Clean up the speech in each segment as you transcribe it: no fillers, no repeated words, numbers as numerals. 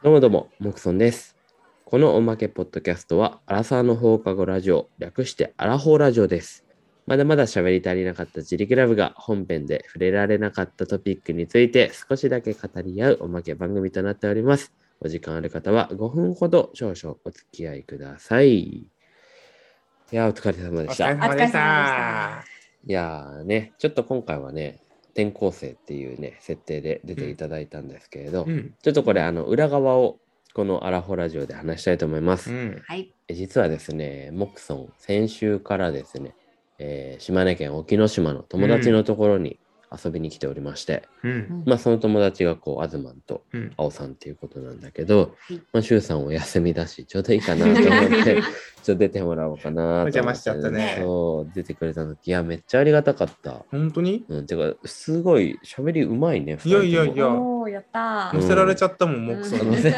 どうもどうも、モクソンです。このおまけポッドキャストは、アラサーの放課後ラジオ、略してアラフォーラジオです。まだまだ喋り足りなかった自力ラブが本編で触れられなかったトピックについて少しだけ語り合うおまけ番組となっております。お時間ある方は5分ほど少々お付き合いください。いやー、お疲れ様でした。 お疲れ様でした。 いやーね、ちょっと今回はね、転校生っていうね、設定で出ていただいたんですけれど、ちょっとこれ裏側をこのアラフォラジオで話したいと思います。 はい。 実はですね、モクソン、先週からですね、島根県沖ノ島の友達のところに遊びに来ておりまして、まあその友達がこう、アズマンとアオさんっていうことなんだけど、まあシュウさんお休みだし、ちょうどいいかなと思って、ちょっと出てもらおうかなと思って、 お邪魔しちゃったね。 そう、出てくれた時、いや、めっちゃありがたかった。 本当に？ てか、すごい喋りうまいね、 いやいやいや。 おー、やった乗せられちゃったもん、モクソンに。乗せ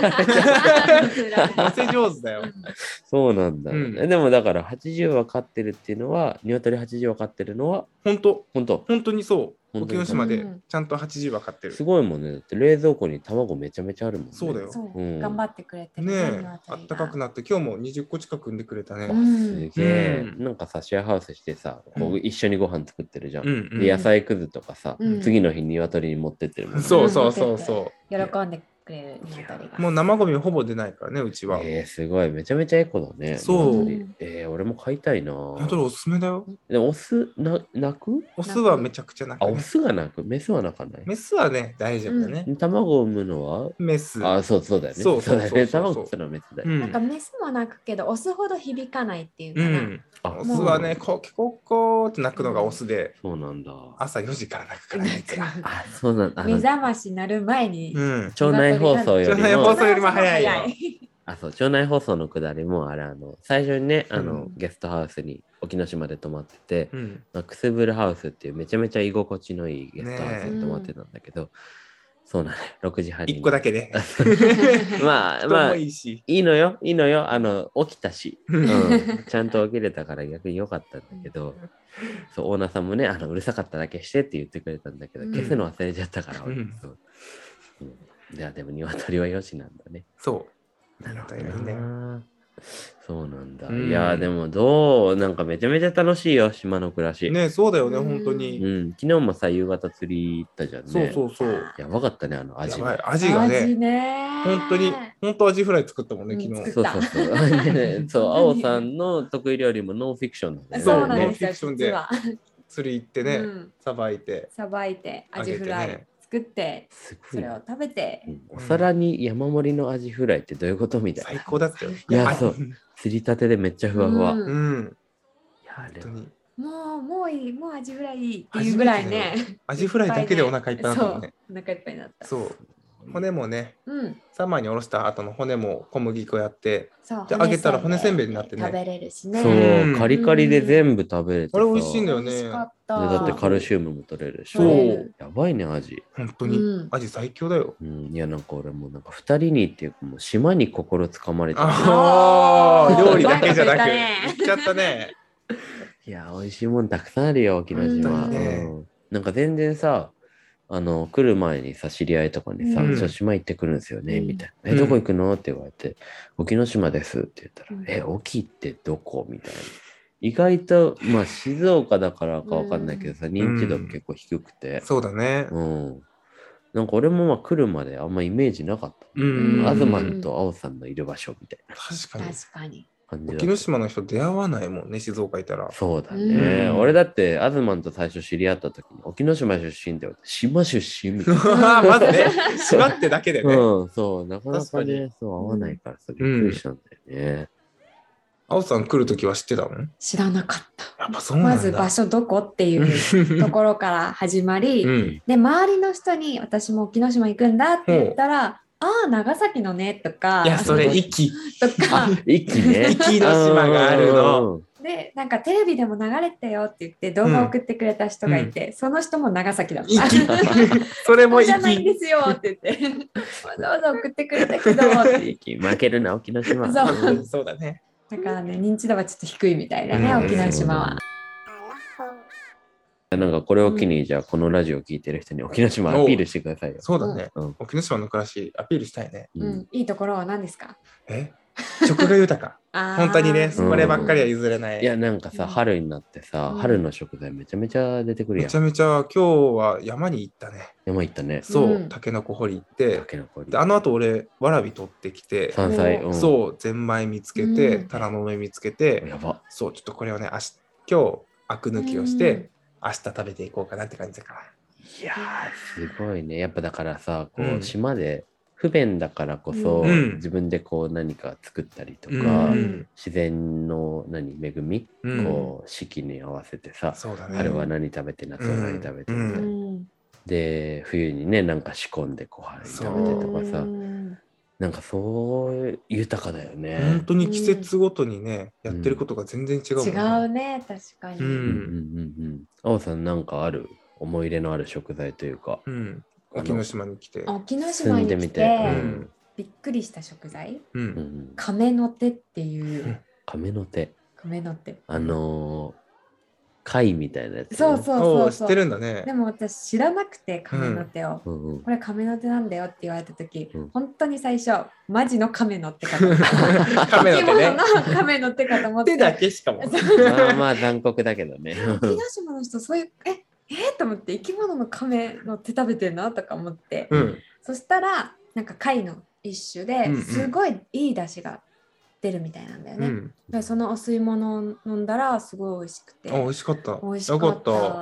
上手だよ。 そうなんだ。でもだから80は飼ってるっていうのは、鶏80は飼ってるのは、 本当にそう。沖ノ島でちゃんと80は飼ってる。 すごいもんね。だって冷蔵庫に卵めちゃめちゃあるもんね。 そうだよ。 頑張ってくれてねえ、あったかくなって今日も20個近く産んでくれたね。 すげえ。なんかさ、シェアハウスしてさ、こう一緒にご飯作ってるじゃん。で野菜くずとかさ、次の日鶏に持ってってるもんね。 そう。 喜んでくれる鶏が。 もう生ゴミほぼ出ないからね、うちは。 すごい。めちゃめちゃエコだね。 そう。 俺も飼いたいな。 鶏おすすめだよ。 でもオス鳴く？ オスはめちゃくちゃ鳴く。 オスが鳴く？メスは鳴かない？ メスはね、大丈夫だね。 卵を産むのはメス。 そうだよね。そうだね。卵するのはメスだよ。 なんかメスも鳴くけど、オスほど響かないっていうかな。 オスはね、コーって鳴くのがオスで。 そうなんだ。 朝4時から鳴くからね。 そうなんだ。 目覚まし鳴る前に。 腸内放送よりも早いよ。 腸内放送のくだりも最初にねゲストハウスに沖ノ島で泊まってて、くすぶるハウスっていうめちゃめちゃ居心地のいいゲストハウスに泊まってたんだけど、そうなの、6時半に 1個だけでまあいいのよ起きたし、ちゃんと起きれたから逆に良かったんだけど、そうオーナーさんもねうるさかっただけしてって言ってくれたんだけど、消すの忘れちゃったからいやでも鶏はよしなんだね。 そうなるほどね。そうなんだ。いやでもなんかめちゃめちゃ楽しいよ、島の暮らし。 ね、そうだよね、本当に。 昨日もさ、夕方釣り行ったじゃんね。 そう。 やばかったね、味が。 味がね。本当アジフライ作ったもんね、昨日。 そう。そう、青さんの得意料理もノンフィクションなんだよね。 そうなんですよ、 ノンフィクションで釣り行ってね、さばいて、 アジフライ作って、それを食べて。 お皿に山盛りのアジフライってどういうことみたいな。 最高だったよ。 いや、そう。釣りたてでめっちゃふわふわ。いや、 本当に。もういい、もうアジフライいいっていうぐらいね。 アジフライだけでお腹いっぱいになったもんね。 お腹いっぱいになった。 そう。骨もね、3枚におろした後の骨も小麦粉やって、で揚げたら骨せんべいになってね。 食べれるしね。 そう、カリカリで全部食べれてさ。 あれ美味しいんだよね。 だってカルシウムも取れるし。そう。やばいね、味。 本当に。味最強だよ。 いや、なんか俺もなんか2人にっていうかもう島に心つかまれてる。 料理だけじゃなく、言っちゃったね。 いや、美味しいもんたくさんあるよ、沖ノ島。なんか全然さ、来る前にさ、知り合いとかにさ、島行ってくるんですよね、みたいな。どこ行くのって言われて、沖ノ島ですって言ったら、沖ってどこみたいな。意外と、まあ、静岡だからかわかんないけどさ、認知度結構低くて。 そうだね。 なんか俺もまあ来るまであんまイメージなかった。アズマンとアオさんのいる場所みたいな。 確かに。 沖ノ島の人出会わないもんね、静岡いたら。 そうだね。俺だってアズマンと最初知り合った時に沖ノ島出身って言われて、島出身みたいな。 まずね、島ってだけでね。 そう、なかなかね、そう合わないからさ、びっくりしたんだよね。 あおさん来るときは知ってたの？ 知らなかった。 やっぱそうなんだ。 まず場所どこっていうところから始まり、で周りの人に私も沖ノ島行くんだって言ったら、長崎のねとか、 いやそれ壱岐とか、 壱岐ね、 壱岐の島があるの。 でなんかテレビでも流れてたよって言って動画送ってくれた人がいて、その人も長崎だった。 それもじゃないんですよって言ってわざわざ送ってくれたけど負けるな沖ノ島。 そうだね。 だからね、認知度はちょっと低いみたいだね、沖ノ島は。 なんかこれを機に、じゃあこのラジオを聞いてる人に沖ノ島アピールしてくださいよ。 そうだね。沖ノ島の暮らしアピールしたいね。 いいところは何ですか？ 食が豊か。本当にね、こればっかりは譲れない。 いや、なんかさ、春になってさ、春の食材めちゃめちゃ出てくるやん。 めちゃめちゃ今日は山に行ったね。 山行ったね。 そう、タケノコ掘り行って、であの後俺、わらび取ってきて、 山菜、 そう、ゼンマイ見つけて、タラの芽見つけて、 やば。 そう、ちょっとこれをね、今日、アク抜きをして、明日食べていこうかなって感じだから。 いやー、すごいね。やっぱだからさ、こう、島で、不便だからこそ、自分でこう何か作ったりとか、自然の恵み、こう四季に合わせてさ、春は何食べて夏は何食べてみたいな、で冬にねなんか仕込んでこう春に食べてとかさ、なんかそう豊かだよね。 本当に季節ごとにね、やってることが全然違うもんね。 違うね、確かに。 あおさんなんかある思い入れのある食材というか。 沖ノ島に来て沖ノ島に来て、びっくりした食材、亀の手っていう。 亀の手。 亀の手。 貝みたいなやつ。 そう知ってるんだね。 でも私知らなくて亀の手を、これ亀の手なんだよって言われた時、本当に最初マジの亀の手かと思った亀の手ね。 亀の手かと思って。 手だけしかも。 まあ残酷だけどね。 沖ノ島の人そういうと思って生き物の亀の手食べてるなとか思って、そしたらなんか貝の一種ですごいいい出汁が出るみたいなんだよね。でそのお吸い物を飲んだらすごい美味しくて。 美味しかった。 美味しかった。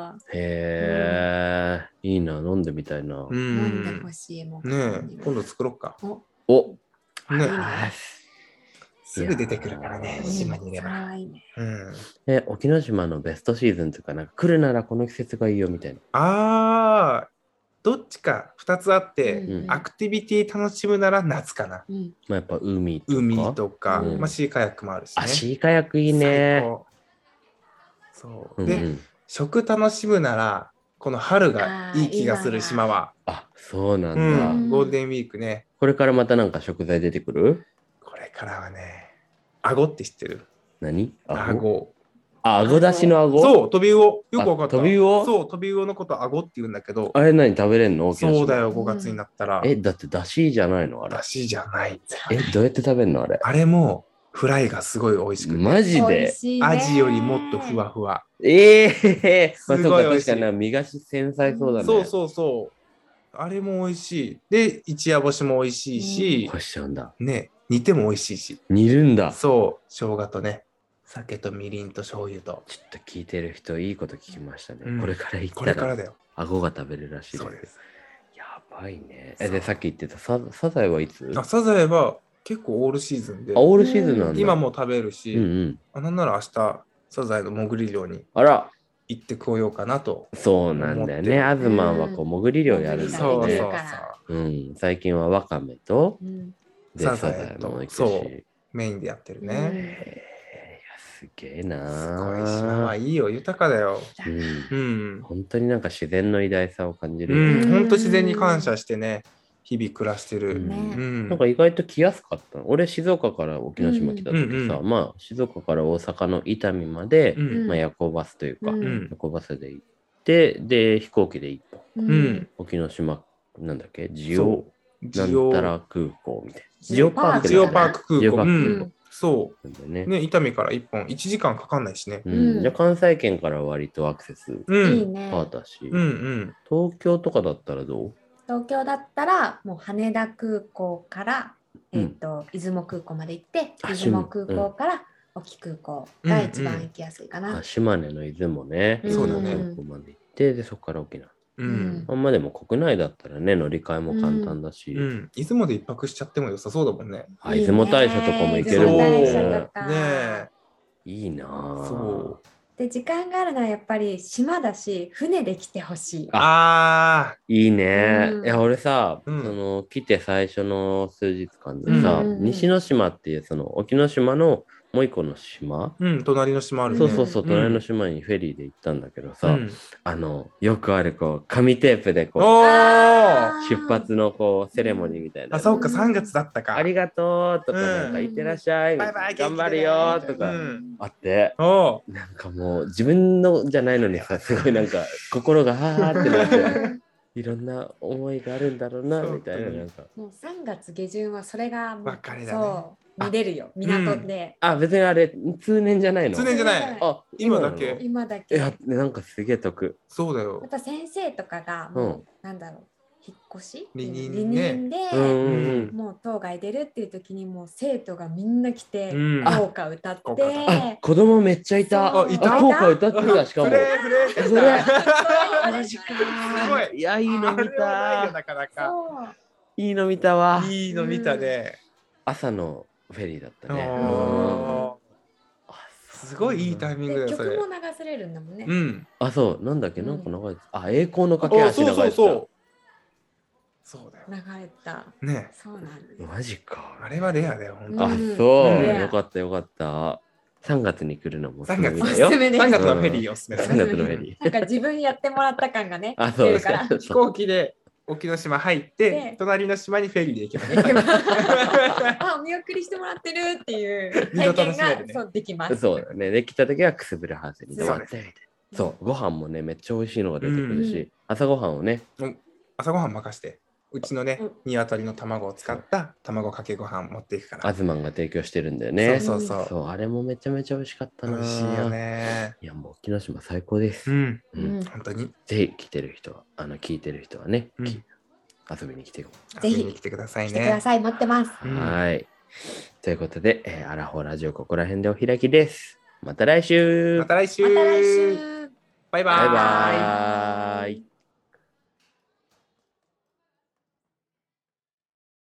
へえ、いいな、飲んでみたいな。 飲んでほしいもん。 ね、今度作ろうか。 お、 ね。すぐ出てくるからね、島にいれば。 沖ノ島のベストシーズンとか、なんか来るならこの季節がいいよみたいな。どっちか2つあって、アクティビティ楽しむなら夏かな。 まあやっぱ海とか、シーカヤックもあるしね。 シーカヤックいいね。 そう。で、食楽しむなら、この春がいい気がする島は。 そうなんだ。 ゴールデンウィークね。 これからまたなんか食材出てくる？ これからはね。あごって知ってる？ 何？ あご。 あごだしのあご？ そう、トビウオ。よくわかった。 トビウオ？ そう、トビウオのことあごって言うんだけど。 あれ何食べれんの？ そうだよ、5月になったら。 だってだしじゃないのあれ。 だしじゃない。 どうやって食べるのあれ？ あれもフライがすごい美味しくて。 マジで？ アジよりもっとふわふわ。 すごい確かに身が繊細そうだね。 そう。あれも美味しい。で、一夜干しも美味しいし。 干しちゃうんだ。 ね、煮ても美味しいし。 煮るんだ。 そう、生姜とね。酒とみりんと醤油と。 ちょっと聞いてる人いいこと聞きましたね。これから行ったら。 これからだよ。 顎が食べるらしいです。 そうです。 やばいね。で、さっき言ってたサザエはいつ？ サザエは結構オールシーズンで。 オールシーズンなんだ。 今も食べるし、なんなら明日サザエの潜り漁に行ってこようかなと。 そうなんだよね。東はこう潜り漁やるんだよね。最近はワカメとサザエも行くし、メインでやってるね。 すげえな。 すごい島はいいよ、豊かだよ。 本当になんか自然の偉大さを感じる。 本当自然に感謝してね、日々暮らしてる。 なんか意外と来やすかったの。俺静岡から沖ノ島来た時さ、まあ静岡から大阪の伊丹まで、夜行バスというか、夜行バスで行って、で飛行機で1本。沖ノ島なんだっけ？ジオなんたら空港みたいな。 ジオパーク空港。そうね、伊丹から1本1時間かかんないしね。 じゃあ関西圏から割とアクセスパーだし、東京とかだったらどう？ 東京だったらもう羽田空港から出雲空港まで行って出雲空港から沖空港が一番行きやすいかな。 島根の出雲ね。 そうだね。 ここまで行ってでそこから沖縄。まあでも国内だったらね乗り換えも簡単だし、 出雲で一泊しちゃっても良さそうだもんね。 出雲大社とかも行けるもんね。 ね、 いいな。 そうで時間があるのはやっぱり島だし船で来てほしい。 いいね。いや俺さ、その来て最初の数日間でさ、西之島っていうその沖ノ島のもう一個の島、 隣の島あるね。 そう、隣の島にフェリーで行ったんだけどさ、よくあるこう紙テープでこう出発のこうセレモニーみたいな。 そうか、3月だったか。 ありがとうとか、なんかいってらっしゃい、 バイバイ頑張るよとかあって、なんかもう自分のじゃないのにさ、すごいなんか心がはーってなっていろんな思いがあるんだろうなみたいな。なんかもう3月下旬はそれがもう別れだね。 見れるよ、港で。 別にあれ通年じゃないの？ 通年じゃない。今だけ。 いや、なんかすげえ得。 そうだよ。 また先生とかがもう、なんだろう、引っ越し離任で、もう当該出るっていう時にもう生徒がみんな来て校歌歌って、 子供めっちゃいた。校歌歌ってた。しかもそれマジか。すごい。いや、いいの見た。 なかなかいいの見たわ。 いいの見たね。 朝のフェリーだったね。 すごいいいタイミングだよ。 曲も流せれるんだもんね。 そう、なんだっけ、なんか流れてた。栄光の架け橋流れてた。 そうだよ。 流れた。 ね。 そうなんです。 マジか。 あれはレアだよ、本当に。そう。よかったよかった。3月に来るのも 3月だよ。3月のフェリーおすすめだ。 3月のフェリー。なんか自分やってもらった感がね。 そうですから。 飛行機で沖ノ島入って、隣の島にフェリーで行けばお見送りしてもらってるっていう体験ができます。 そうだね。で、来た時はくすぶるはずに終わってみたいな。そう、ご飯もね、めっちゃ美味しいのが出てくるし、朝ごはんをね。 朝ごはん任して。うちのね、鶏の卵を使った卵かけご飯持っていくから。 アズマンが提供してるんだよね。 そう。 あれもめちゃめちゃ美味しかったな。 美味しいよね。 いや、もう沖ノ島最高です。 本当に。 ぜひ来てる人は、聞いてる人はね、遊びに来てぜひ来てくださいね。 来てください、待ってます。 はい。ということで、アラフォーラジオここら辺でお開きです。また来週。 また来週。バイバイ。 バイバイ。